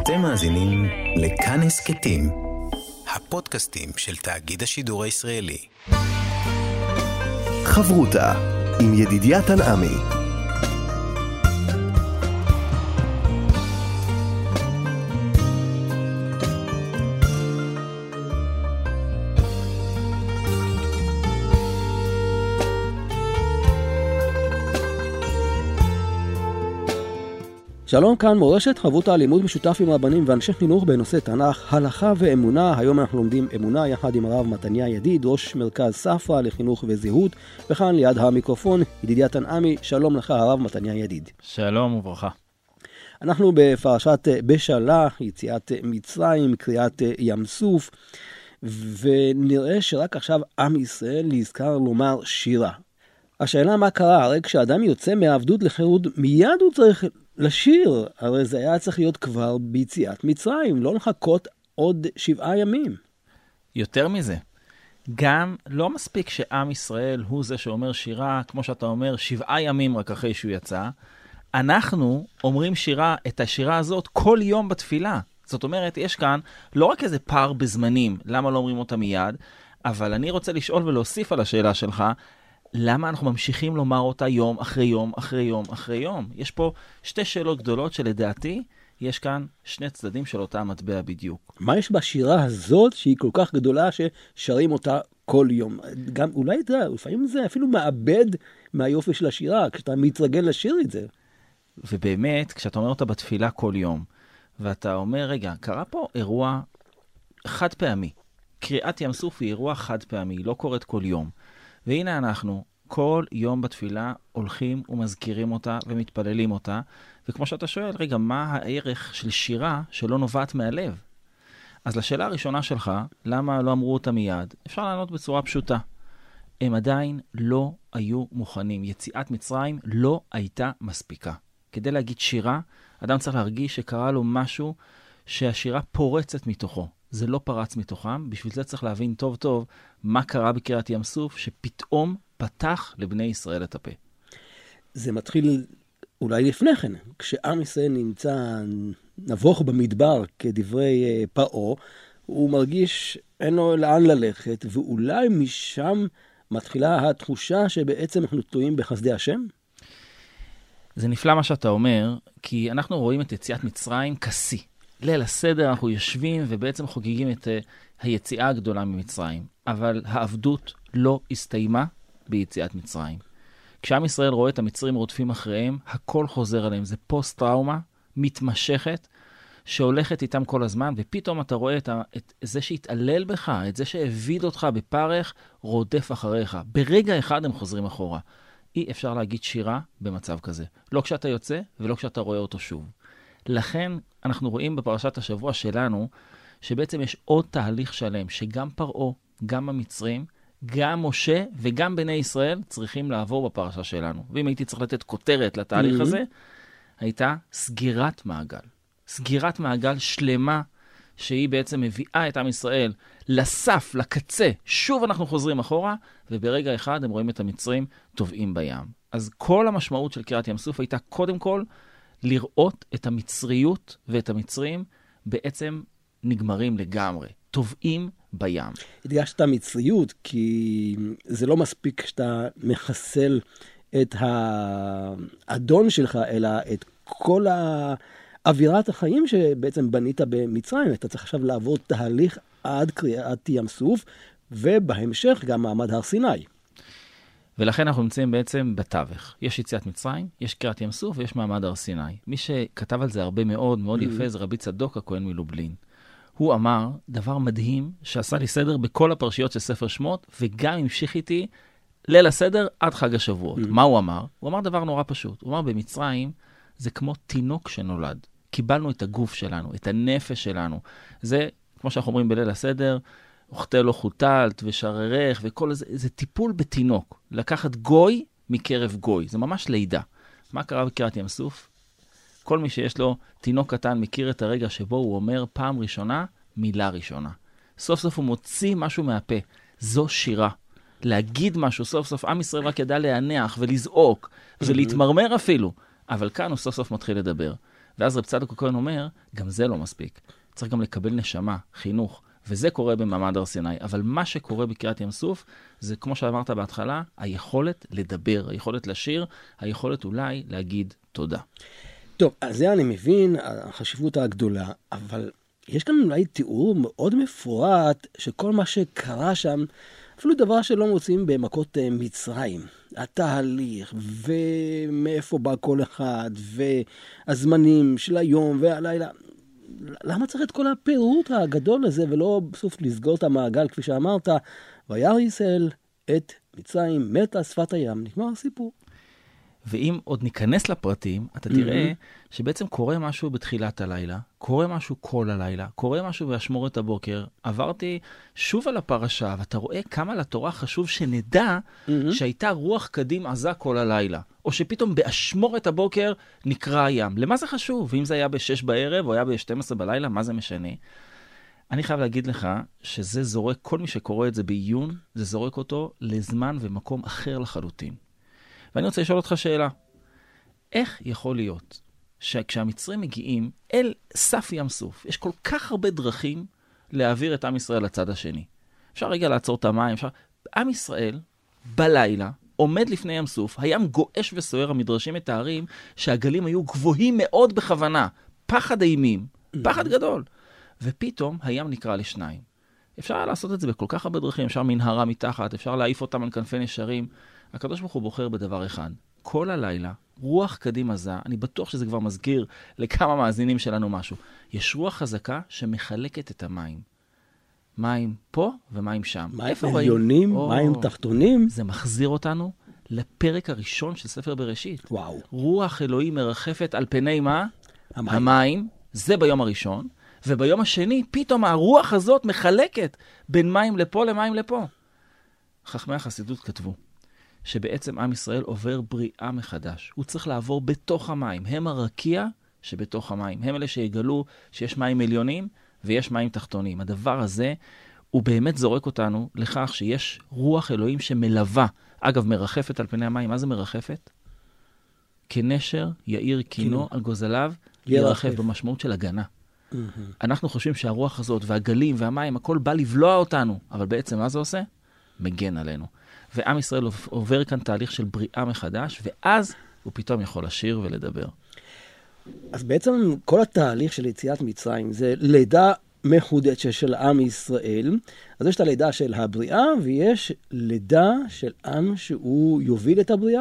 אתם מאזינים לכאן הסכתים, הפודקאסטים של תאגיד השידור הישראלי. חברותה עם ידידיה תנעמי. שלום, כאן מורשת, חברותה לימוד משותף עם רבנים ואנשי חינוך בנושא תנ"ך, הלכה ואמונה. היום אנחנו לומדים אמונה יחד עם הרב מתניה ידיד, ראש מרכז ספרא לחינוך וזהות, וכאן ליד המיקרופון ידידיה תנעמי. שלום לך הרב מתניה ידיד. שלום וברכה. אנחנו בפרשת בשלח, יציאת מצרים, קריאת ים סוף, ונראה שרק עכשיו עם ישראל נזכר לומר שירה. השאלה מה קרה? הרי כשאדם יוצא מהעבדות לחירות, מיד הוא צריך לשיר. הרי זה היה צריך להיות כבר ביציאת מצרים, לא לחכות עוד 7 ימים. יותר מזה, גם לא מספיק שעם ישראל הוא זה שאומר שירה, כמו שאתה אומר, 7 ימים רק אחרי שהוא יצא. אנחנו אומרים שירה, את השירה הזאת כל יום בתפילה. זאת אומרת, יש כאן לא רק איזה פער בזמנים, למה לא אומרים אותה מיד, אבל אני רוצה לשאול ולהוסיף על השאלה שלך, למה אנחנו ממשיכים לומר אותה יום אחרי יום אחרי יום אחרי יום? יש פה 2 שאלות גדולות שלדעתי יש כאן 2 צדדים של אותה מטבע בדיוק. מה יש בשירה הזאת שהיא כל כך גדולה ששרים אותה כל יום? גם אולי אתה יודע, לפעמים זה אפילו מאבד מהיופי של השירה, כשאתה מתרגל לשיר את זה. ובאמת, כשאתה אומר אותה בתפילה כל יום, ואתה אומר, רגע, קרה פה אירוע חד פעמי. קריאת ים סוף היא אירוע חד פעמי, היא לא קורית כל יום. והנה אנחנו כל יום בתפילה הולכים ומזכירים אותה ומתפללים אותה, וכמו שאתה שואל, רגע, מה הערך של שירה שלא נובעת מהלב? אז לשאלה הראשונה שלך, למה לא אמרו אותה מיד? אפשר לענות בצורה פשוטה. הם עדיין לא היו מוכנים. יציאת מצרים לא הייתה מספיקה. כדי להגיד שירה, אדם צריך להרגיש שקרה לו משהו שהשירה פורצת מתוכו. זה לא פרץ מתוכם, בשביל זה צריך להבין טוב טוב מה קרה בקריאת ים סוף, שפתאום פתח לבני ישראל את הפה. זה מתחיל אולי לפני כן, כשעם ישראל נמצא נבוך במדבר כדברי פרעה, הוא מרגיש אין לו לאן ללכת, ואולי משם מתחילה התחושה שבעצם אנחנו תלויים בחסדי השם? זה נפלא מה שאתה אומר, כי אנחנו רואים את יציאת מצרים כשיא. ליל הסדר אנחנו יושבים ובעצם חוגגים את היציאה הגדולה ממצרים. אבל העבדות לא הסתיימה ביציאת מצרים. כשעם ישראל רואה את המצרים רודפים אחריהם, הכל חוזר עליהם. זה פוסט-טראומה מתמשכת שהולכת איתם כל הזמן, ופתאום אתה רואה את זה שהתעלל בך, את זה שהביד אותך בפרך, רודף אחריך. ברגע אחד הם חוזרים אחורה. אי אפשר להגיד שירה במצב כזה. לא כשאתה יוצא ולא כשאתה רואה אותו שוב. לכן אנחנו רואים בפרשת השבוע שלנו, שבעצם יש עוד תהליך שלם, שגם פרעה, גם המצרים, גם משה וגם בני ישראל צריכים לעבור בפרשה שלנו. ואם הייתי צריך לתת כותרת לתהליך הזה, הייתה סגירת מעגל. סגירת מעגל שלמה, שהיא בעצם מביאה את עם ישראל לסף, לקצה. שוב אנחנו חוזרים אחורה, וברגע אחד הם רואים את המצרים טובעים בים. אז כל המשמעות של קריאת ים סוף הייתה קודם כל, לראות את המצריות ואת המצרים בעצם נגמרים לגמרי, טובעים בים. הדגשת את המצריות, כי זה לא מספיק שאתה מחסל את האדון שלך, אלא את כל אווירת החיים שבעצם בנית במצרים. אתה צריך עכשיו לעבור תהליך עד קריאת ים סוף, ובהמשך גם מעמד הר סיני. ולכן אנחנו נמצאים בעצם בתווך. יש יציאת מצרים, יש קריאת ים סוף ויש מעמד הר סיני. מי שכתב על זה הרבה מאוד, מאוד יפה, זה רבי צדוק הכהן מלובלין. הוא אמר דבר מדהים שעשה לי סדר בכל הפרשיות של ספר שמות, וגם המשיך איתי ליל הסדר עד חג השבועות. מה הוא אמר? הוא אמר דבר נורא פשוט. הוא אמר במצרים זה כמו תינוק שנולד. קיבלנו את הגוף שלנו, את הנפש שלנו. זה, כמו שאנחנו אומרים בליל הסדר, אוכתה לו חוטלת ושררך וכל זה, זה טיפול בתינוק. לקחת גוי מקרב גוי. זה ממש לידה. מה קרה בקריאת ים סוף? כל מי שיש לו תינוק קטן מכיר את הרגע שבו הוא אומר פעם ראשונה, מילה ראשונה. סוף סוף הוא מוציא משהו מהפה. זו שירה. להגיד משהו, סוף סוף עם ישראל רק ידע להניח ולזעוק ולהתמרמר אפילו. אבל כאן הוא סוף סוף מתחיל לדבר. ואז רב צדוק הכהן אומר, גם זה לא מספיק. צריך גם לקבל נשמה, חינוך, וזה קורה במעמד הר סיני. אבל מה שקורה בקריעת ים סוף, זה כמו שאמרת בהתחלה, היכולת לדבר, היכולת לשיר, היכולת אולי להגיד תודה. טוב, אז זה אני מבין, החשיבות הגדולה, אבל יש כאן אולי תיאור מאוד מפורט, שכל מה שקרה שם, אפילו דבר שלא מוצאים במכות מצרים. התהליך, ומאיפה בא כל אחד, והזמנים של היום והלילה. למה צריך את כל הפירוט הגדול הזה, ולא בסוף לסגור את המעגל, כפי שאמרת, וירא ישראל את מצרים, מתה שפת הים, נגמר הסיפור. ואם עוד ניכנס לפרטים, אתה תראה שבעצם קורה משהו בתחילת הלילה, קורה משהו כל הלילה, קורה משהו באשמורת הבוקר. עברתי שוב על הפרשה, ואתה רואה כמה לתורה חשוב שנדע שהייתה רוח קדים עזה כל הלילה. או שפתאום באשמורת הבוקר נקרא הים. למה זה חשוב? ואם זה היה ב-6 בערב או היה ב-12 בלילה, מה זה משנה? אני חייב להגיד לך שזה זורק, כל מי שקורא את זה בעיון, זה זורק אותו לזמן ומקום אחר לחלוטין. ואני רוצה לשאול אותך שאלה. איך יכול להיות שכשהמצרים מגיעים אל סף ים סוף, יש כל כך הרבה דרכים להעביר את עם ישראל לצד השני? אפשר רגע לעצור את המים, עם ישראל בלילה עומד לפני ים סוף, הים גועש וסוער, המדרשים מתארים שהגלים היו גבוהים מאוד בכוונה, פחד אימים, פחד גדול. ופתאום הים נקרא לשניים. אפשר לעשות את זה בכל כך הרבה דרכים, אפשר מנהרה מתחת, אפשר להעיף אותם על כנפי נשרים. הקדוש ברוך הוא בוחר בדבר אחד. כל הלילה, רוח קדים עזה, אני בטוח שזה כבר מזכיר לכמה מאזינים שלנו משהו. יש רוח חזקה שמחלקת את המים. מים פה ומים שם. מים עליונים, מים תחתונים. זה מחזיר אותנו לפרק הראשון של ספר בראשית. וואו. רוח אלוהים מרחפת על פני מה? המים. זה ביום הראשון. וביום השני, פתאום הרוח הזאת מחלקת בין מים לפה למים לפה. חכמי החסידות כתבו שבעצם עם ישראל עובר בריאה מחדש. הוא צריך לעבור בתוך המים. הם הרקיע שבתוך המים. הם אלה שיגלו שיש מים עליונים ויש מים תחתונים. הדבר הזה הוא באמת זורק אותנו לכך שיש רוח אלוהים שמלווה. אגב, מרחפת על פני המים. מה זה מרחפת? כנשר יאיר קינו על גוזליו, ירחף במשמעות של הגנה. אנחנו חושבים שהרוח הזאת והגלים והמים, הכל בא לבלוע אותנו. אבל בעצם מה זה עושה? מגן עלינו. ועם ישראל עובר כאן תהליך של בריאה מחדש, ואז הוא פתאום יכול לשיר ולדבר. אז בעצם כל התהליך של יציאת מצרים זה לידה מחודשת של עם ישראל. אז יש את הלידה של הבריאה, ויש לידה של עם שהוא יוביל את הבריאה.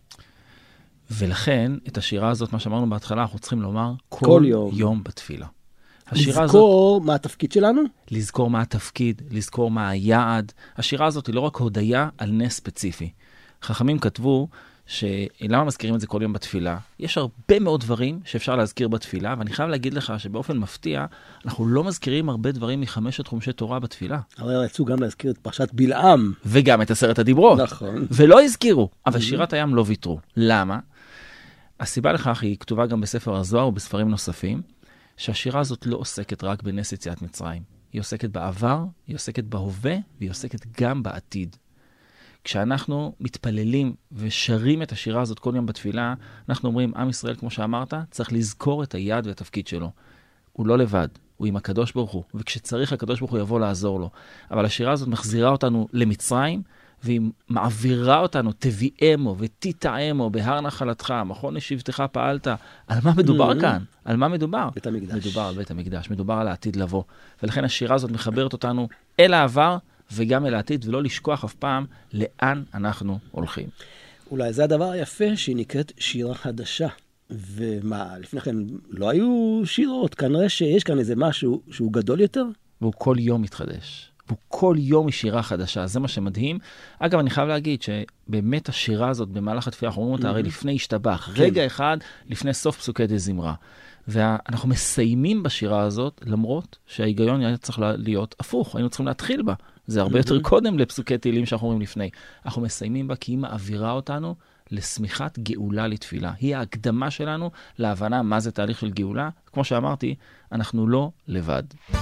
ולכן, את השירה הזאת, מה שאמרנו בהתחלה, אנחנו צריכים לומר כל יום בתפילה. לזכור מה התפקיד שלנו? לזכור מה התפקיד, לזכור מה היעד. השירה הזאת היא לא רק הודיה על נס ספציפי. חכמים כתבו שלמה מזכירים את זה כל יום בתפילה? יש הרבה מאוד דברים שאפשר להזכיר בתפילה, ואני חייב להגיד לך שבאופן מפתיע, אנחנו לא מזכירים הרבה דברים מחמשת חומשי תורה בתפילה. הרי רצו גם להזכיר את פרשת בלעם. וגם את 10 הדיברות. נכון. ולא הזכירו, אבל שירת הים לא ויתרו. למה? הסיבה לכך היא כתובה גם בספר הזוהר ובספרים נוספים, שהשירה הזאת לא עוסקת רק בנס יציאת מצרים. היא עוסקת בעבר, היא עוסקת בהווה, והיא עוסקת גם בעתיד. כשאנחנו מתפללים ושרים את השירה הזאת כל יום בתפילה, אנחנו אומרים, עם ישראל, כמו שאמרת, צריך לזכור את היעד והתפקיד שלו. הוא לא לבד, הוא עם הקדוש ברוך הוא, וכשצריך הקדוש ברוך הוא יבוא לעזור לו. אבל השירה הזאת מחזירה אותנו למצרים, והיא מעבירה אותנו, תביאמו ותיטעמו בהר נחלתך, מכון לשבתך פעלת. על מה מדובר כאן? על מה מדובר? בית המקדש. מדובר על בית המקדש, מדובר על העתיד לבוא. ולכן השירה הזאת מחברת אותנו אל העבר וגם אל העתיד, ולא לשכוח אף פעם לאן אנחנו הולכים. אולי זה הדבר היפה שהיא נקראת שירה חדשה. ומה, לפני כן לא היו שירות, כנראה שיש כאן איזה משהו שהוא גדול יותר. והוא כל יום מתחדש. והוא כל יום שירה חדשה, זה מה שמדהים. אגב, אני חייב להגיד שבאמת השירה הזאת במהלך התפילה, אנחנו אומרים אותה הרי לפני השתבח, רגע אחד לפני סוף פסוקי דזמרה. ואנחנו מסיימים בשירה הזאת, למרות שההיגיון היה צריך להיות הפוך, היינו צריכים להתחיל בה. זה הרבה יותר קודם לפסוקי תהילים שאנחנו אומרים לפני. אנחנו מסיימים בה כי היא מעבירה אותנו לשמיכת גאולה לתפילה. היא ההקדמה שלנו להבנה מה זה תהליך של גאולה. כמו שאמרתי, אנחנו לא לבד.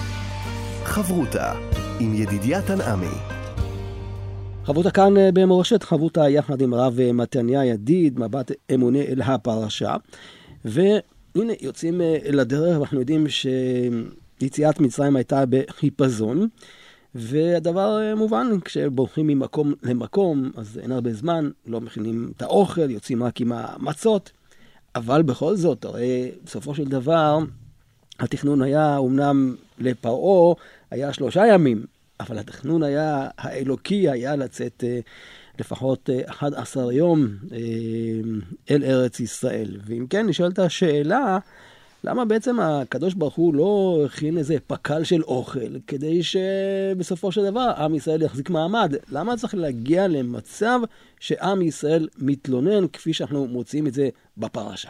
חברותה עם ידידיה תנעמי. חברותה כאן במורשת, חברותה יחד עם רב מתניה ידיד, מבט אמוני אל הפרשה. הנה, יוצאים לדרך, אנחנו יודעים שיציאת מצרים הייתה בחיפזון, והדבר מובן, כשבורחים ממקום למקום, אז אין הרבה זמן, לא מכינים את האוכל, יוצאים רק עם המצות, אבל בכל זאת, הרי בסופו של דבר, התכנון היה, אומנם לפרעה, היה 3 ימים, אבל התכנון היה, האלוקי היה לצאת לפחות 11 יום אל ארץ ישראל. ואם כן, נשאלת השאלה, למה בעצם הקדוש ברוך הוא לא הכין איזה פקל של אוכל, כדי שבסופו של דבר עם ישראל יחזיק מעמד? למה צריך להגיע למצב שעם ישראל מתלונן, כפי שאנחנו מוצאים את זה בפרשה?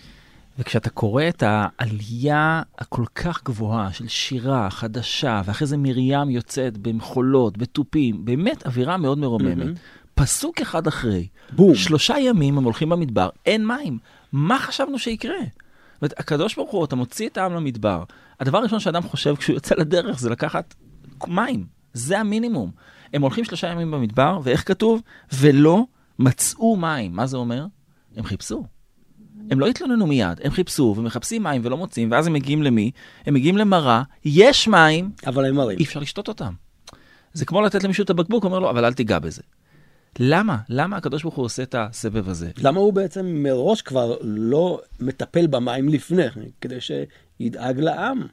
וכשאתה קורא את העלייה הכל כך גבוהה של שירה חדשה, ואחרי זה מרים יוצאת במחולות, בטופים, באמת אווירה מאוד מרוממת. פסוק אחד אחרי, בום. 3 ימים הם הולכים במדבר, אין מים. מה חשבנו שיקרה? הקדוש ברוך הוא, אתה מוציא את העם למדבר. הדבר הראשון שאדם חושב כשהוא יוצא לדרך זה לקחת מים. זה המינימום. הם הולכים 3 ימים במדבר, ואיך כתוב? ולא מצאו מים. מה זה אומר? הם חיפשו. הם לא התלוננו מיד, הם חיפשו ומחפשים מים ולא מוצאים, ואז הם מגיעים למי? הם מגיעים למרה, יש מים, אבל הם מרים. אי אפשר לשתות אותם. זה כמו לתת למישהו את הבקבוק, אומר לו, אבל אל תיגע בזה. למה? למה הקדוש ברוך הוא עושה את הסבב הזה? למה הוא בעצם מראש כבר לא מטפל במים לפני, כדי שידאג לעם?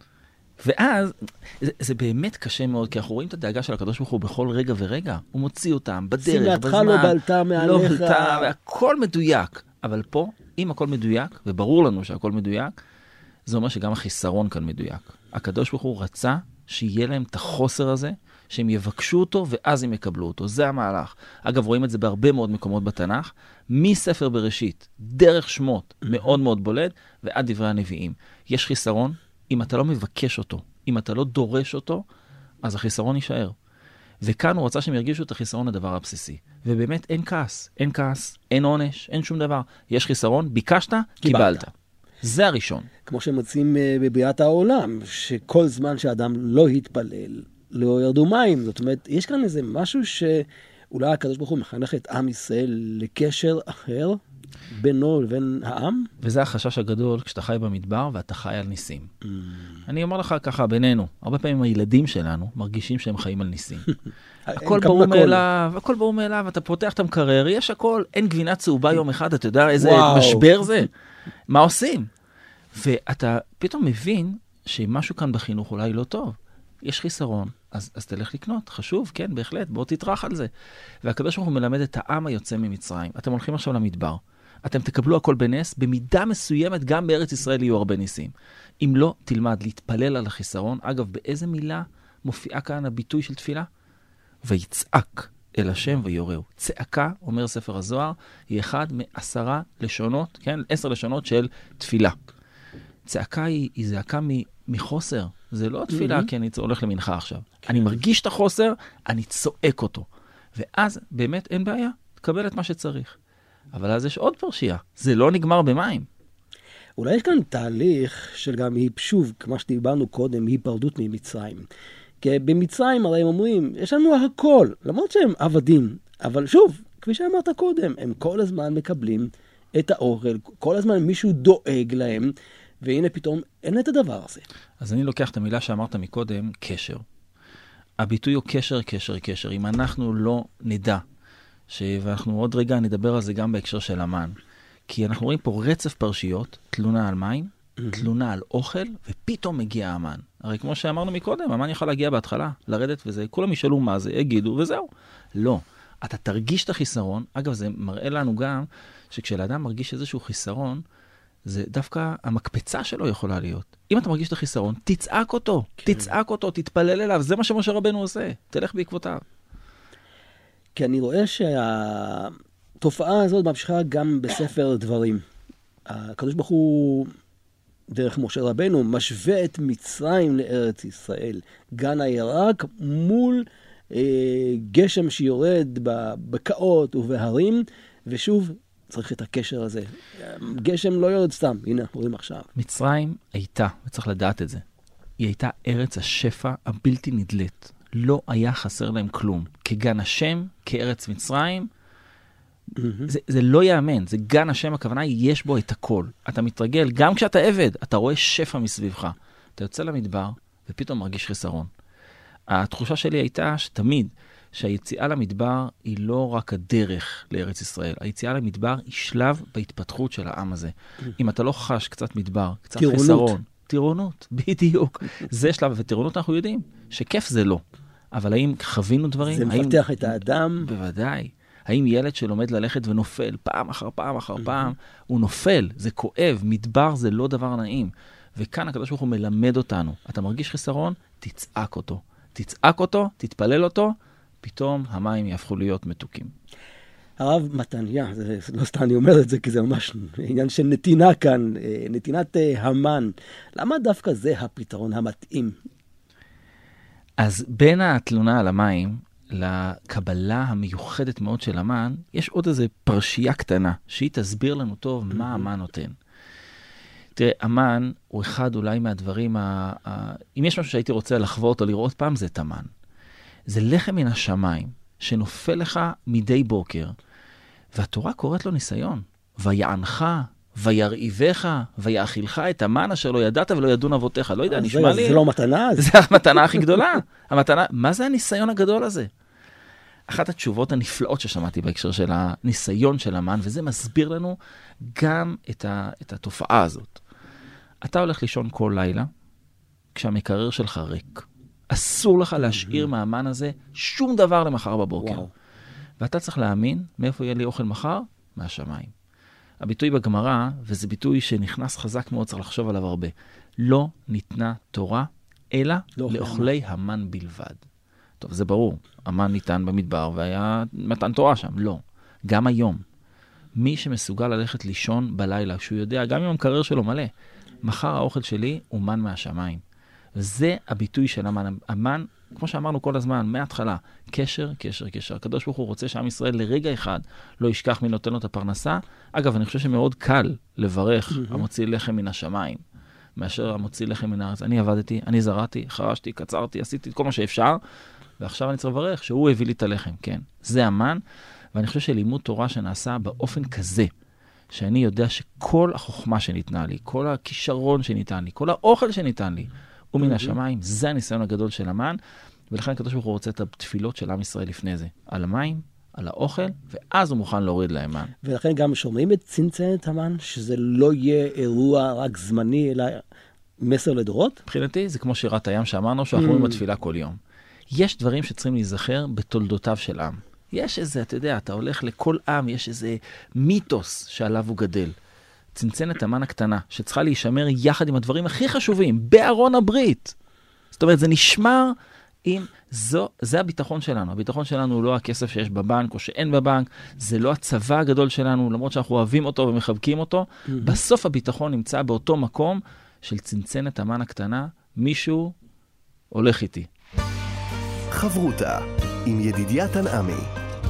ואז, זה באמת קשה מאוד, כי אנחנו רואים את הדאגה של הקדוש ברוך הוא בכל רגע ורגע. הוא מוציא אותם בדרך, בזמן. שמלתך לא בלטה מעליך. לא בלטה, והכל מדויק. אבל פה, אם הכל מדויק, וברור לנו שהכל מדויק, זה אומר שגם החיסרון כאן מדויק. הקדוש ברוך הוא רצה שיהיה להם את החוסר הזה, שהם יבקשו אותו ואז הם יקבלו אותו. זה המהלך. אגב, רואים את זה בהרבה מאוד מקומות בתנ"ך, מספר בראשית, דרך שמות, מאוד מאוד בולט, ועד דברי הנביאים. יש חיסרון, אם אתה לא מבקש אותו, אם אתה לא דורש אותו, אז החיסרון יישאר. וכאן הוא רצה שהם ירגישו את החיסרון הדבר הבסיסי. ובאמת אין כעס, אין כעס, אין עונש, אין שום דבר. יש חיסרון, ביקשת, קיבלת. זה הראשון. כמו שמוצאים בבריאת העולם, שכל זמן שאדם לא התפלל, לא ירדו מים. זאת אומרת, יש כאן איזה משהו שאולי הקדוש ברוך הוא מחנך את עם ישראל לקשר אחר בינו לבין העם. וזה החשש הגדול כשאתה חי במדבר ואתה חי על ניסים. אני אומר לך ככה בינינו, הרבה פעמים הילדים שלנו מרגישים שהם חיים על ניסים. הכל ברור מאליו, הכל ברור מאליו, אתה פותח את המקרר, יש הכל, אין גבינה צהובה יום אחד, אתה יודע איזה משבר זה? מה עושים? ואתה פתאום מבין שמשהו כאן בחינוך אולי לא טוב. יש חיסרון, אז תלך לקנות, חשוב, כן, בהחלט, בוא תטרח על זה. והקדוש ברוך הוא מלמד את העם היוצא ממצרים. אתם הולכים עכשיו למדבר, אתם תקבלו הכל בנס, במידה מסוימת גם בארץ ישראל יהיו הרבה ניסים. אם לא, תלמד להתפלל על החיסרון. אגב, באיזה מילה מופיעה כאן הביטוי של תפילה? ויצעק אל השם ויורהו. צעקה, אומר ספר הזוהר, היא אחד מ10 לשונות, כן? 10 לשונות של תפילה. צעקה היא זעקה מחוסר. זה לא תפילה, כי אני הולך למנחה עכשיו. אני מרגיש את החוסר, אני צועק אותו. ואז באמת אין בעיה, תקבל את מה שצריך. אבל אז יש עוד פרשייה. זה לא נגמר במים. אולי יש כאן תהליך של גם שוב, כמו שדיברנו קודם, היפרדות ממצרים. כי במצרים הרי הם אומרים, יש לנו הכל, למרות שהם עבדים. אבל שוב, כפי שאמרת קודם, הם כל הזמן מקבלים את האוכל, כל הזמן מישהו דואג להם, והנה פתאום אין את הדבר הזה. אז אני לוקח את המילה שאמרת מקודם, קשר. הביטוי הוא קשר, קשר, קשר. אם אנחנו לא נדע, ואנחנו עוד רגע נדבר על זה גם בהקשר של המן, כי אנחנו רואים פה רצף פרשיות, תלונה על מים, תלונה על אוכל, ופתאום מגיע המן. הרי כמו שאמרנו מקודם, המן יכול להגיע בהתחלה, לרדת וזה, כולם ישאלו מה זה, יגידו וזהו. לא. אתה תרגיש את החיסרון, אגב זה מראה לנו גם, שכשלאדם מרגיש איזשהו חיסרון, זה דווקא המקפצה שלו יכולה להיות. אם אתה מרגיש את החיסרון, תצעק אותו, תצעק אותו, תתפלל אליו, זה מה שמשה רבנו עושה, תלך בעקבותיו. כי אני רואה שהתופעה הזאת ממשיכה גם בספר דברים. הקדוש ברוך הוא, דרך משה רבנו, משווה את מצרים לארץ ישראל. גן הירק מול גשם שיורד בבקעות ובהרים, ושוב, צריך את הקשר הזה. גשם לא יורד סתם, הנה, רואים עכשיו. מצרים הייתה, וצריך לדעת את זה, היא הייתה ארץ השפע הבלתי נדלת. לא היה חסר להם כלום. כגן השם, כארץ מצרים, זה לא יאמן, זה גן השם, הכוונה היא, יש בו את הכל. אתה מתרגל, גם כשאתה עבד, אתה רואה שפע מסביבך. אתה יוצא למדבר, ופתאום מרגיש חסרון. התחושה שלי הייתה שתמיד, שהיציאה למדבר היא לא רק הדרך לארץ ישראל. היציאה למדבר היא שלב בהתפתחות של העם הזה. אם אתה לא חש קצת מדבר, קצת חסרון. טירונות, בדיוק. זה שלב, וטירונות אנחנו יודעים, שכיף זה לא. אבל האם חווינו דברים? זה מפתח את האדם? בוודאי. האם ילד שלומד ללכת ונופל פעם אחר פעם אחר פעם, הוא נופל, זה כואב, מדבר זה לא דבר נעים. וכאן הקדוש ברוך הוא מלמד אותנו. אתה מרגיש חסרון? תצעק אותו. תצעק אותו, תתפלל אותו, פתאום המים יהפכו להיות מתוקים. הרב מתניה, זה לא סתם אני אומר את זה, כי זה ממש עניין של נתינה כאן, נתינת המן. למה דווקא זה הפתרון המתאים? אז בין התלונה על המים לקבלה המיוחדת מאוד של המן, יש עוד איזו פרשייה קטנה, שהיא תסביר לנו טוב מה המן נותן. תראה, המן הוא אחד אולי מהדברים, אם יש משהו שהייתי רוצה לחוות או לראות פעם, זה את המן. זה לחם מן השמיים, שנופל לך מדי בוקר, והתורה קוראת לו ניסיון. ויענך, וירעיבך, ויאכילך את המן אשר לא ידעת ולא ידון אבותיך. לא יודע, נשמע לי... זה לא מתנה? זה המתנה הכי גדולה. מה זה הניסיון הגדול הזה? אחת התשובות הנפלאות ששמעתי בהקשר של הניסיון של המן, וזה מסביר לנו גם את התופעה הזאת. אתה הולך לישון כל לילה, כשהמקרר שלך ריק. אסור לך להשאיר מהמן הזה שום דבר למחר בבוקר. וואו. ואתה צריך להאמין מאיפה יהיה לי אוכל מחר? מהשמיים. הביטוי בגמרא, וזה ביטוי שנכנס חזק מאוד, צריך לחשוב עליו הרבה. לא ניתנה תורה, אלא לאוכלי המן בלבד. טוב, זה ברור. המן ניתן במדבר, והיה מתן תורה שם. לא. גם היום. מי שמסוגל ללכת לישון בלילה, כשהוא יודע, גם אם המקרר שלו מלא, מחר האוכל שלי הוא מן מהשמיים. וזה הביטוי של המן. המן, כמו שאמרנו כל הזמן, מההתחלה, קשר, קשר, קשר. הקדוש ברוך הוא רוצה שעם ישראל לרגע אחד לא ישכח מי נותן לו את הפרנסה. אגב, אני חושב שמאוד קל לברך המוציא לחם מן השמיים, מאשר המוציא לחם מן הארץ. אני עבדתי, אני זרעתי, חרשתי, קצרתי, עשיתי את כל מה שאפשר, ועכשיו אני צריך לברך שהוא הביא לי את הלחם. כן, זה המן, ואני חושב שלימוד תורה שנעשה באופן כזה, שאני יודע שכל החוכמה שניתנה לי, כל הכישרון שניתן לי, כל האוכל שניתן לי, הוא מן השמיים, זה הניסיון הגדול של המן, ולכן הקדוש ברוך הוא רוצה את התפילות של עם ישראל לפני זה, על המים, על האוכל, ואז הוא מוכן להוריד להם מן. ולכן גם שומעים את צנצנת המן, שזה לא יהיה אירוע רק זמני, אלא מסר לדורות? מבחינתי זה כמו שירת הים שאמרנו, שאנחנו אומרים בתפילה כל יום. יש דברים שצריכים להיזכר בתולדותיו של עם. יש איזה, אתה יודע, אתה הולך לכל עם, יש איזה מיתוס שעליו הוא גדל. צנצנת המן הקטנה, שצריכה להישמר יחד עם הדברים הכי חשובים, בארון הברית. זאת אומרת, זה נשמר עם, זה הביטחון שלנו. הביטחון שלנו הוא לא הכסף שיש בבנק או שאין בבנק, זה לא הצבא הגדול שלנו, למרות שאנחנו אוהבים אותו ומחבקים אותו. בסוף הביטחון נמצא באותו מקום של צנצנת המן הקטנה, מישהו הולך איתי. חברותה עם ידידיה תנעמי.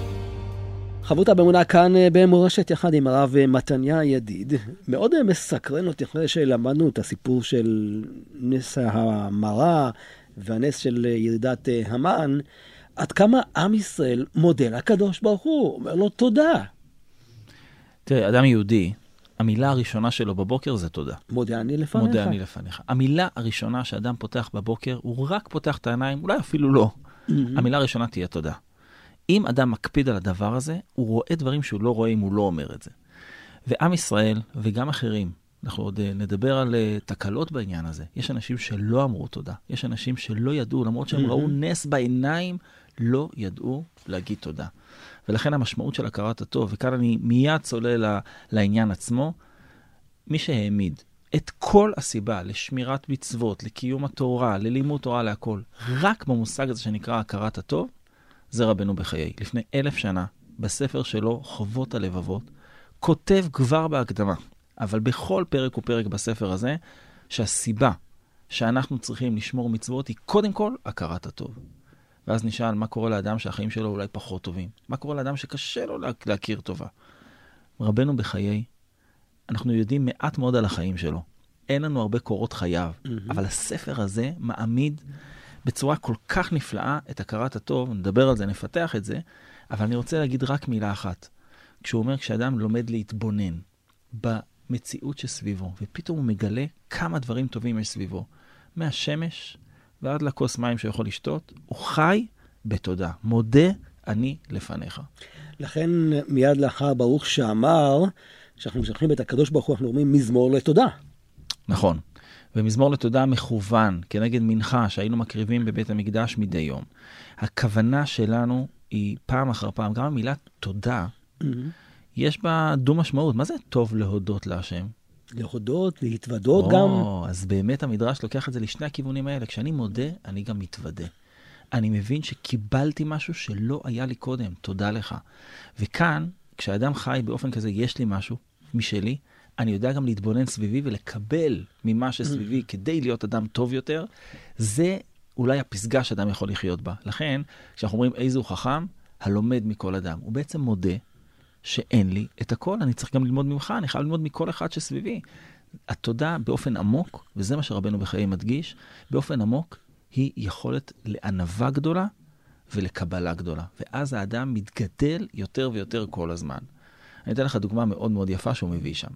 חברותה באמונה כאן במורשת יחד עם הרב מתניה ידיד. מאוד מסקרן אותי אחרי שלמדנו את הסיפור של נס המראה והנס של ירידת המן, עד כמה עם ישראל מודה לקדוש ברוך הוא, אומר לו תודה. תראה, אדם יהודי, המילה הראשונה שלו בבוקר זה תודה. מודה אני לפניך. מודה אני לפניך. המילה הראשונה שאדם פותח בבוקר, הוא רק פותח את העיניים, אולי אפילו לא. המילה הראשונה תהיה תודה. אם אדם מקפיד על הדבר הזה, הוא רואה דברים שהוא לא רואה אם הוא לא אומר את זה. ועם ישראל וגם אחרים, אנחנו עוד נדבר על תקלות בעניין הזה. יש אנשים שלא אמרו תודה. יש אנשים שלא ידעו, למרות שהם ראו נס בעיניים, לא ידעו להגיד תודה. ולכן המשמעות של הכרת הטוב, וכאן אני מיד צולל לעניין עצמו, מי שהעמיד את כל הסיבה לשמירת מצוות, לקיום התורה, ללימוד תורה, להכל, רק במושג הזה שנקרא הכרת הטוב, זה רבנו בחיי. לפני 1000 שנה, בספר שלו, חובות הלבבות, כותב כבר בהקדמה, אבל בכל פרק ופרק בספר הזה, שהסיבה שאנחנו צריכים לשמור מצוות היא קודם כל הכרת הטוב. ואז נשאל מה קורה לאדם שהחיים שלו אולי פחות טובים. מה קורה לאדם שקשה לו להכיר טובה. רבנו בחיי, אנחנו יודעים מעט מאוד על החיים שלו. אין לנו הרבה קורות חייו, אבל הספר הזה מעמיד בצורה כל כך נפלאה את הכרת הטוב, נדבר על זה, נפתח את זה, אבל אני רוצה להגיד רק מילה אחת. כשהוא אומר, כשאדם לומד להתבונן במציאות שסביבו, ופתאום הוא מגלה כמה דברים טובים יש סביבו, מהשמש ועד לכוס מים שיכול לשתות, הוא חי בתודה. מודה אני לפניך. לכן מיד לאחר ברוך שאמר, שאנחנו משלחים את הקדוש ברוך הוא, אנחנו אומרים מזמור לתודה. נכון. ומזמור לתודה מכוון כנגד מנחה שהיינו מקריבים בבית המקדש מדי יום. הכוונה שלנו היא פעם אחר פעם, גם המילה תודה, יש בה דו משמעות. מה זה טוב להודות להשם? להודות, להתוודות גם. אז באמת המדרש לוקח את זה לשני הכיוונים האלה. כשאני מודה, אני גם מתוודה. אני מבין שקיבלתי משהו שלא היה לי קודם. תודה לך. וכאן, כשאדם חי באופן כזה, יש לי משהו משלי, אני יודע גם להתבונן סביבי ולקבל ממה שסביבי כדי להיות אדם טוב יותר. זה אולי הפסגה שאדם יכול לחיות בה. לכן, כשאנחנו אומרים איזה הוא חכם, הלומד מכל אדם. הוא בעצם מודה שאין לי את הכל, אני צריך גם ללמוד ממך, אני חייב ללמוד מכל אחד שסביבי. התודה באופן עמוק, וזה מה שרבנו בחיי מדגיש, באופן עמוק היא יכולת לענווה גדולה ולקבלה גדולה. ואז האדם מתגדל יותר ויותר כל הזמן. אני אתן לך דוגמה מאוד מאוד יפה שהוא מביא שם.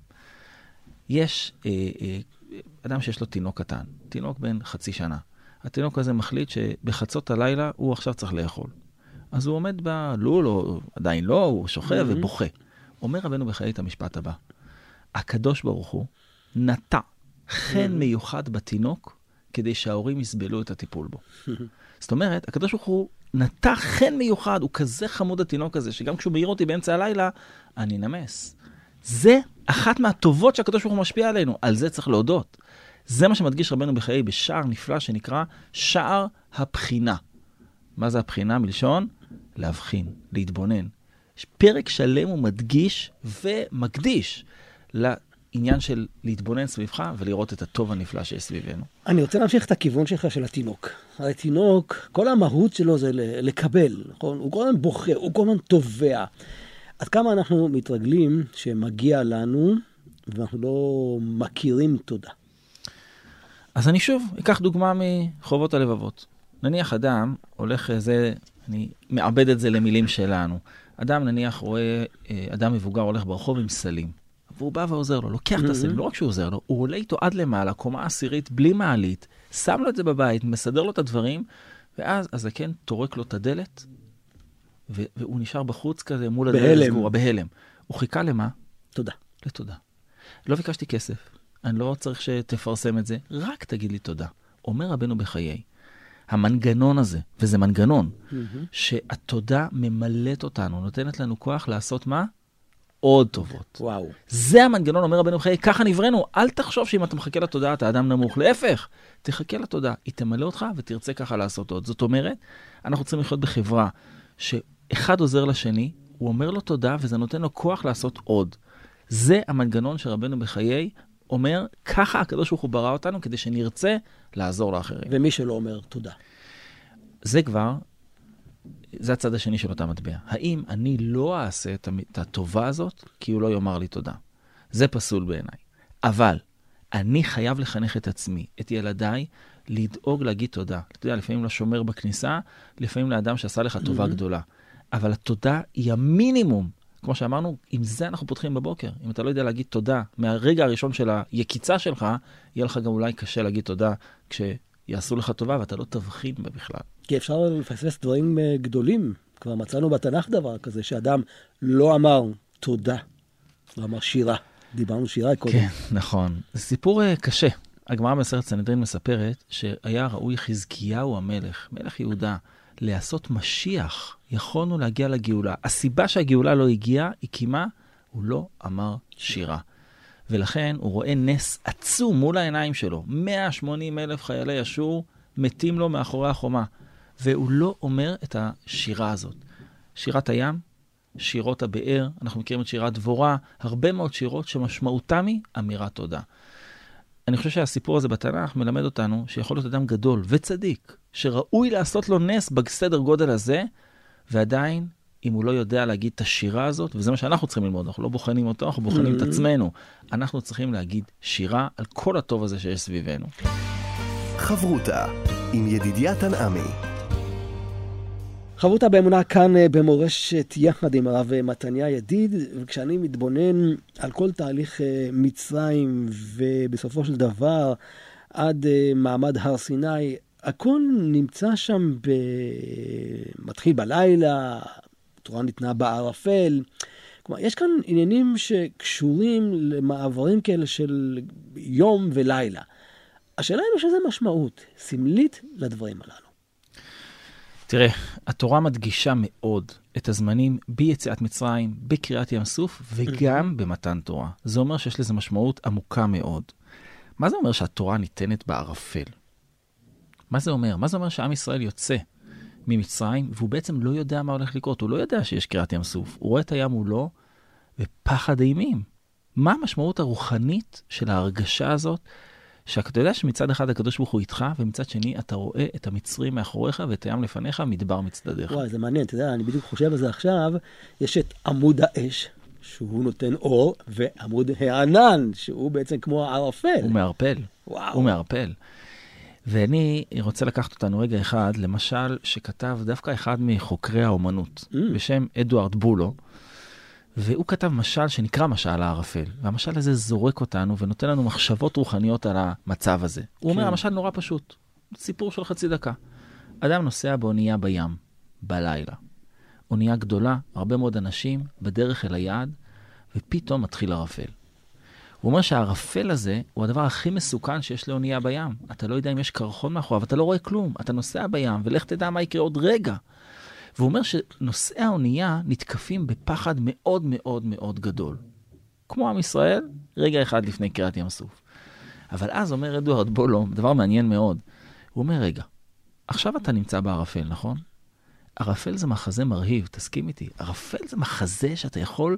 יש אדם שיש לו תינוק קטן, תינוק בן 0.5 שנה. התינוק הזה מחליט שבחצות הלילה הוא עכשיו צריך לאכול. אז הוא עומד בלול, או עדיין לא, הוא שוכב ובוכה. אומר רבנו בחיי את המשפט הבא. הקדוש ברוך הוא נטע חן מיוחד בתינוק, כדי שההורים יסבלו את הטיפול בו. זאת אומרת, הקדוש ברוך הוא נטע חן מיוחד, הוא כזה חמוד התינוק הזה, שגם כשהוא מעיר אותי באמצע הלילה, אני נמס. זה אחת מהטובות שהקדוש ברוך הוא משפיע עלינו, על זה צריך להודות. זה מה שמדגיש רבנו בחיי בשער נפלא שנקרא שער הבחינה. מה זה הבחינה? מלשון להבחין, להתבונן. יש פרק שלם ומדגיש ומקדיש לעניין של להתבונן סביבך ולראות את הטוב הנפלא שיש סביבנו. אני רוצה להמשיך את הכיוון שלך של התינוק. הרי תינוק, כל המהות שלו זה לקבל, נכון? הוא כל הזמן בוכה, הוא כל הזמן תובע. עד כמה אנחנו מתרגלים שמגיע לנו ואנחנו לא מכירים תודה. אז אני שוב אקח דוגמה מחובות הלבבות. נניח אדם הולך, אני מעבד את זה למילים שלנו. אדם נניח רואה אדם מבוגר הולך ברחוב עם סלים. והוא בא ועוזר לו, לוקח את הסלים, לא רק שהוא עוזר לו, הוא עולה איתו עד למעלה, קומה עשירית, בלי מעלית, שם לו את זה בבית, מסדר לו את הדברים, ואז הזקן תורק לו את הדלת, והוא נשאר בחוץ כזה מול הדלת הסגורה, בהלם. הוא חיכה למה? תודה. לתודה. לא ביקשתי כסף, אני לא צריך שתפרסם את זה, רק תגיד לי תודה. אומר רבנו בחיי, המנגנון הזה, וזה מנגנון, שהתודה ממלאת אותנו, נותנת לנו כוח לעשות מה? עוד טובות. וואו. זה המנגנון, אומר רבנו בחיי, ככה נבראנו, אל תחשוב שאם אתה מחכה לתודה, אתה אדם נמוך, להפך, תחכה לתודה, היא תמלא אותך ותרצה ככה לעשות עוד. זאת אומרת, אנחנו צריכים לחיות בחברה, שאחד עוזר לשני, הוא אומר לו תודה, וזה נותן לו כוח לעשות עוד. זה המנגנון שרבנו בחיי אומר, ככה הקדוש ברוך הוא ברא אותנו, כדי שנרצה לעזור לאחרים. ומי שלא אומר תודה. זה כבר, זה הצד השני של אותה מטבע. האם אני לא אעשה את הטובה הזאת, כי הוא לא יאמר לי תודה? זה פסול בעיניי. אבל אני חייב לחנך את עצמי, את ילדיי, לדאוג להגיד תודה. אתה יודע, לפעמים לשומר בכניסה, לפעמים לאדם שעשה לך טובה גדולה. אבל התודה היא המינימום. כמו שאמרנו, עם זה אנחנו פותחים בבוקר. אם אתה לא יודע להגיד תודה, מהרגע הראשון של היקיצה שלך, יהיה לך גם אולי קשה להגיד תודה כשיעשו לך טובה, ואתה לא תבחין בה בכלל. כי אפשר לפספס דברים גדולים. כבר מצאנו בתנ"ך דבר כזה, שאדם לא אמר תודה. לא אמר שירה. דיברנו שירה קודם. כן, נכון. זה סיפור קשה. הגמרא במסכת סנהדרין מספרת שהיה ראוי חזקיהו המלך, מלך יהודה, לעשות משיח. יכולנו להגיע לגאולה. הסיבה שהגאולה לא הגיעה, היא כימה, הוא לא אמר שירה. ולכן הוא רואה נס עצום מול העיניים שלו. 180,000 חיילי אשור מתים לו מאחורי החומה. והוא לא אומר את השירה הזאת. שירת הים, שירות הבאר, אנחנו מכירים את שירת דבורה, הרבה מאוד שירות שמשמעותם היא אמירת תודה. אני חושב שהסיפור הזה בתנ"ך מלמד אותנו שיכול להיות אדם גדול וצדיק, שראוי לעשות לו נס בסדר גודל הזה, ועדיין, אם הוא לא יודע להגיד את השירה הזאת, וזה מה שאנחנו צריכים ללמוד, אנחנו לא בוחנים אותו, אנחנו בוחנים את עצמנו. אנחנו צריכים להגיד שירה על כל הטוב הזה שיש סביבנו. חברותה עם ידידיה תנעמי. חברותה באמונה כאן במורשת יחד עם הרב מתניה ידיד, וכשאני מתבונן על כל תהליך מצרים ובסופו של דבר עד מעמד הר סיני, הכל נמצא שם מתחיל בלילה, התורה ניתנה בערפל. כלומר, יש כאן עניינים שקשורים למעברים כאלה של יום ולילה. השאלה היא שזה משמעות סמלית לדברים הללו. תראה, התורה מדגישה מאוד את הזמנים ביציאת מצרים, בקריאת ים סוף וגם במתן תורה. זה אומר שיש לזה משמעות עמוקה מאוד. מה זה אומר שהתורה ניתנת בערפל? מה זה אומר? מה זה אומר שעם ישראל יוצא ממצרים והוא בעצם לא יודע מה הולך לקרות? הוא לא יודע שיש קריאת ים סוף. הוא רואה את הים מולו ופחד אימים. מה המשמעות הרוחנית של ההרגשה הזאת? שאתה יודע שמצד אחד הקדוש ברוך הוא איתך, ומצד שני אתה רואה את המצרים מאחוריך ואת הים לפניך, מדבר מצדדיך. וואי, זה מעניין, אתה יודע, אני בדיוק חושב על זה עכשיו, יש את עמוד האש, שהוא נותן אור, ועמוד הענן, שהוא בעצם כמו הערפל. הוא מערפל. וואו. הוא מערפל. ואני רוצה לקחת אותנו רגע אחד, למשל שכתב דווקא אחד מחוקרי האומנות, בשם אדוארד בולו, והוא כתב משל שנקרא משל הערפל, והמשל הזה זורק אותנו ונותן לנו מחשבות רוחניות על המצב הזה. הוא אומר, המשל נורא פשוט, סיפור של חצי דקה. אדם נוסע באונייה בים, בלילה. אונייה גדולה, הרבה מאוד אנשים, בדרך אל היעד, ופתאום מתחיל ערפל. הוא אומר שהערפל הזה הוא הדבר הכי מסוכן שיש לאונייה בים. אתה לא יודע אם יש קרחון מאחוריו, אתה לא רואה כלום. אתה נוסע בים, ולך תדע מה יקרה עוד רגע. והוא אומר שנוסעי האונייה נתקפים בפחד מאוד מאוד מאוד גדול. כמו עם ישראל, רגע אחד לפני קריאת ים סוף. אבל אז אומר אדוארד בולו, דבר מעניין מאוד, הוא אומר, רגע, עכשיו אתה נמצא בערפל, נכון? ערפל זה מחזה מרהיב, תסכים איתי. ערפל זה מחזה שאתה יכול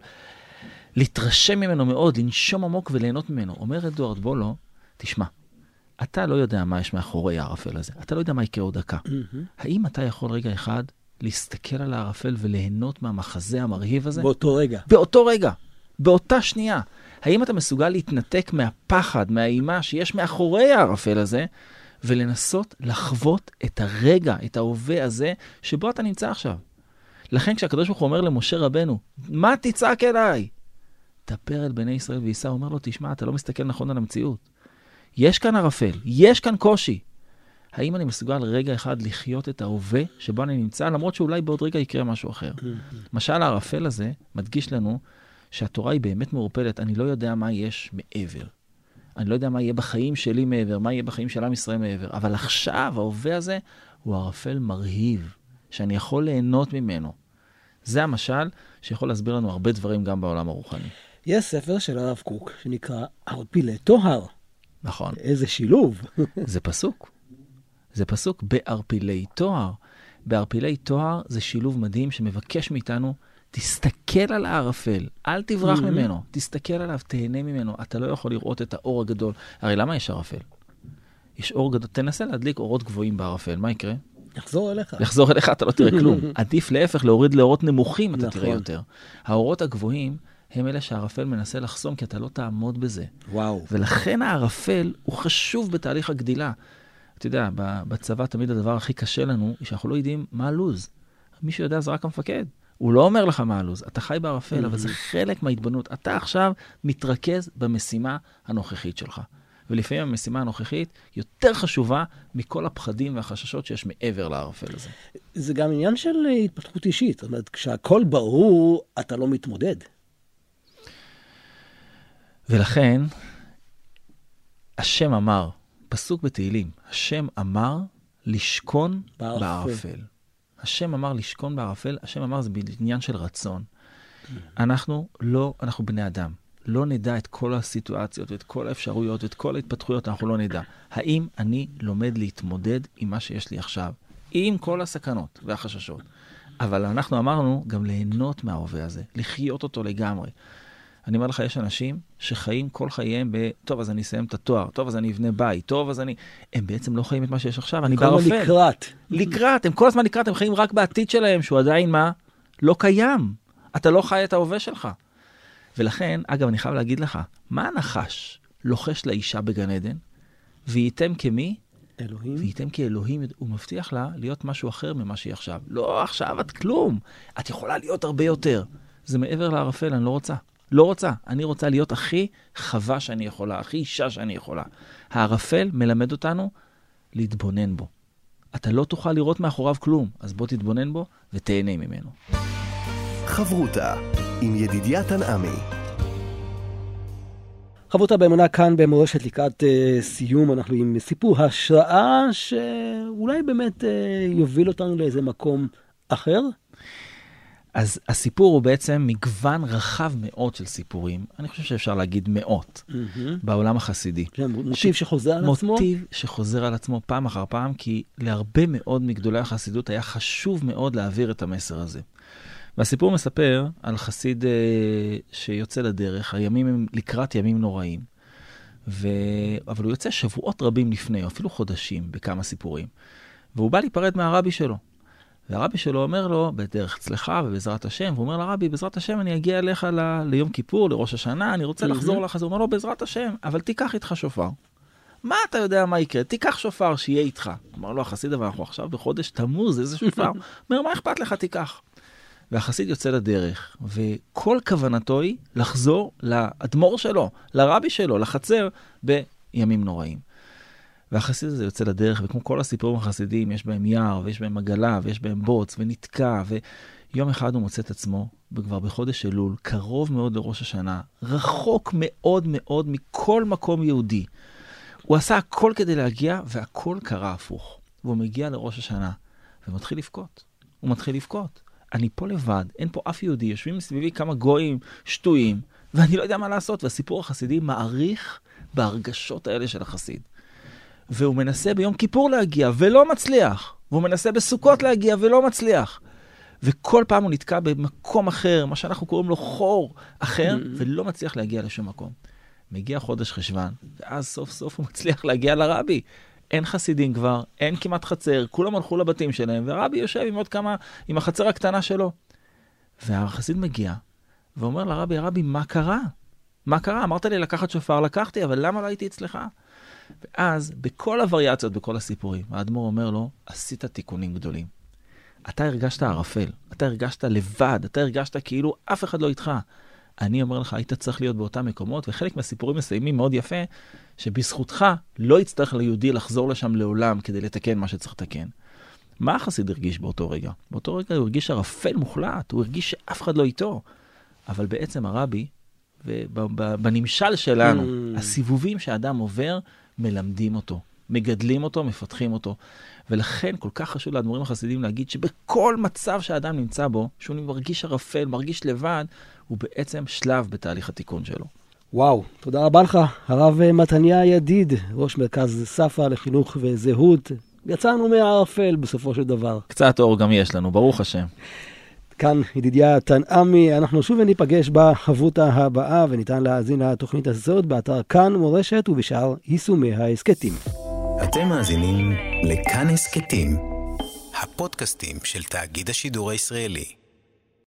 להתרשם ממנו מאוד, לנשום עמוק וליהנות ממנו. אומר אדוארד בולו, תשמע, אתה לא יודע מה יש מאחורי הערפל הזה. אתה לא יודע מה יקרה עוד דקה. האם אתה יכול רגע אחד להסתכל על הערפל וליהנות מהמחזה המרהיב הזה? באותו רגע. באותו רגע. באותה שנייה. האם אתה מסוגל להתנתק מהפחד, מהאימה שיש מאחורי הערפל הזה, ולנסות לחוות את הרגע, את ההווה הזה, שבו אתה נמצא עכשיו? לכן כשהקדוש ברוך הוא אומר למשה רבנו, מה תצעק אליי? דבר אל בני ישראל וייסע, אומר לו, תשמע, אתה לא מסתכל נכון על המציאות. יש כאן ערפל, יש כאן קושי. האם אני מסוגל רגע אחד לחיות את ההווה שבו אני נמצא, למרות שאולי בעוד רגע יקרה משהו אחר? משל הערפל הזה מדגיש לנו שהתורה היא באמת מעורפלת. אני לא יודע מה יש מעבר. אני לא יודע מה יהיה בחיים שלי מעבר, מה יהיה בחיים של עם ישראל מעבר. אבל עכשיו, ההווה הזה הוא ערפל מרהיב, שאני יכול ליהנות ממנו. זה המשל שיכול להסביר לנו הרבה דברים גם בעולם הרוחני. יש ספר של הרב קוק שנקרא ערפילי טוהר. נכון. איזה שילוב. זה פסוק. זה פסוק בערפילי טוהר. בערפילי טוהר זה שילוב מדהים שמבקש מאיתנו, תסתכל על הערפל, אל תברח ממנו, תסתכל עליו, תהנה ממנו. אתה לא יכול לראות את האור הגדול. הרי למה יש ערפל? יש אור גדול, תנסה להדליק אורות גבוהים בערפל, מה יקרה? יחזור אליך. יחזור אליך, אתה לא תראה כלום. עדיף להפך, להוריד לאורות נמוכים, אתה תראה יותר. האורות הגבוהים הם אלה שהערפל מנסה לחסום, כי אתה לא תעמוד בזה. וואו. ולכן הערפל הוא חשוב בתהליך הגדילה. אתה יודע, בצבא תמיד הדבר הכי קשה לנו, היא שאנחנו לא יודעים מה הלוז. מי שיודע זה רק המפקד. הוא לא אומר לך מה הלוז. אתה חי בערפל, אבל זה חלק מההתבוננות. אתה עכשיו מתרכז במשימה הנוכחית שלך. ולפעמים המשימה הנוכחית יותר חשובה מכל הפחדים והחששות שיש מעבר לערפל הזה. זה גם עניין של התפתחות אישית. זאת אומרת, כשהכל ברור, אתה לא מתמודד. ולכן, השם אמר, פסוק בתהילים, השם אמר לשכון בערפל. השם אמר לשכון בערפל, השם אמר זה בעניין של רצון. אנחנו בני אדם. לא נדע את כל הסיטואציות, ואת כל האפשרויות, ואת כל ההתפתחויות, אנחנו לא נדע. האם אני לומד להתמודד עם מה שיש לי עכשיו? עם כל הסכנות והחששות. אבל אנחנו אמרנו גם ליהנות מההווה הזה, לחיות אותו לגמרי. אני אומר לך, יש אנשים שחיים כל חייהם טוב, אז אני אסיים את התואר, טוב, אז אני אבנה בית, טוב, אז הם בעצם לא חיים את מה שיש עכשיו, אני בערפל. לקראת, הם כל הזמן לקראת, הם חיים רק בעתיד שלהם, שהוא עדיין מה? לא קיים. אתה לא חי את ההווה שלך. ולכן, אגב, אני חייב להגיד לך, מה הנחש לוחש לאישה בגן עדן? וייתם כמי? אלוהים. וייתם כאלוהים, הוא מבטיח לה להיות משהו אחר ממה שהיא עכשיו. לא, עכשיו את כלום. את יכולה להיות הרבה יותר. זה מעבר לערפל, אני לא רוצה. לא רוצה. אני רוצה להיות הכי חווה שאני יכולה, הכי אישה שאני יכולה. הערפל מלמד אותנו להתבונן בו. אתה לא תוכל לראות מאחוריו כלום, אז בוא תתבונן בו ותהנה ממנו. חברותה עם ידידיה תנעמי. חברותה באמונה כאן במורשת לקראת סיום, אנחנו עם סיפור השראה שאולי באמת יוביל אותנו לאיזה מקום אחר. אז הסיפור הוא בעצם מגוון רחב מאוד של סיפורים, אני חושב שאפשר להגיד מאות, בעולם החסידי. מוטיב שחוזר על עצמו? מוטיב שחוזר על עצמו פעם אחר פעם, כי להרבה מאוד מגדולי החסידות היה חשוב מאוד להעביר את המסר הזה. והסיפור מספר על חסיד שיוצא לדרך, הימים הם לקראת ימים נוראים, אבל הוא יוצא שבועות רבים לפני, או אפילו חודשים בכמה סיפורים, והוא בא להיפרד מהרבי שלו. והרבי שלו אומר לו, בדרך צלחה ובעזרת השם, והוא אומר לרבי, בעזרת השם אני אגיע אליך ליום כיפור, לראש השנה, אני רוצה לחזור לך. אז הוא אומר לו, בעזרת השם, אבל תיקח איתך שופר. מה אתה יודע מה יקרה? תיקח שופר שיהיה איתך. אמר לו החסיד, אבל אנחנו עכשיו בחודש תמוז, איזה שופר? אומר, מה אכפת לך? תיקח. והחסיד יוצא לדרך, וכל כוונתו היא לחזור לאדמו"ר שלו, לרבי שלו, לחצר, בימים נוראים. והחסיד הזה יוצא לדרך, וכמו כל הסיפורים החסידיים, יש בהם יער, ויש בהם עגלה, ויש בהם בוץ, ונתקע, ויום אחד הוא מוצא את עצמו, וכבר בחודש אלול, קרוב מאוד לראש השנה, רחוק מאוד מאוד מכל מקום יהודי. הוא עשה הכל כדי להגיע, והכל קרה הפוך. והוא מגיע לראש השנה, ומתחיל לבכות. הוא מתחיל לבכות. אני פה לבד, אין פה אף יהודי, יושבים מסביבי כמה גויים שטויים, ואני לא יודע מה לעשות, והסיפור החסידי מעריך בהרגשות האלה של החסיד. והוא מנסה ביום כיפור להגיע, ולא מצליח. והוא מנסה בסוכות להגיע, ולא מצליח. וכל פעם הוא נתקע במקום אחר, מה שאנחנו קוראים לו חור אחר, ולא מצליח להגיע לשום מקום. מגיע חודש חשבן, ואז סוף סוף הוא מצליח להגיע לרבי. אין חסידים כבר, אין כמעט חצר, כולם הלכו לבתים שלהם, והרבי יושב עם עוד כמה, עם החצר הקטנה שלו. והחסיד מגיע, ואומר לרבי, הרבי, מה קרה? מה קרה? אמרת לי לקחת שופר, לקחתי, אבל למה לא הייתי אצלך? ואז, בכל הווריאציות, בכל הסיפורים, האדמו"ר אומר לו, עשית תיקונים גדולים. אתה הרגשת ערפל, אתה הרגשת לבד, אתה הרגשת כאילו אף אחד לא איתך. אני אומר לך, היית צריך להיות באותם מקומות, וחלק מהסיפורים מסיימים מאוד יפה, שבזכותך לא יצטרך ליהודי לחזור לשם לעולם כדי לתקן מה שצריך לתקן. מה החסיד הרגיש באותו רגע? באותו רגע הוא הרגיש ערפל מוחלט, הוא הרגיש שאף אחד לא איתו. אבל בעצם הרבי, בנמשל שלנו, הסיבובים שהאדם עובר, מלמדים אותו, מגדלים אותו, מפתחים אותו. ולכן כל כך חשוב לאדמו"רים החסידים להגיד שבכל מצב שהאדם נמצא בו, שהוא מרגיש ערפל, מרגיש לבד, הוא בעצם שלב בתהליך התיקון שלו. וואו, תודה רבה לך, הרב מתניה ידיד, ראש מרכז ספא לחינוך וזהות. יצאנו מהערפל בסופו של דבר. קצת אור גם יש לנו, ברוך השם. כאן ידידיה תנעמי, אנחנו שוב ניפגש בחברותה הבאה, וניתן להאזין לתוכנית הזאת באתר כאן מורשת ובשאר יישומי ההסכתים. אתם מאזינים לכאן הסכתים, הפודקאסטים של תאגיד השידור הישראלי.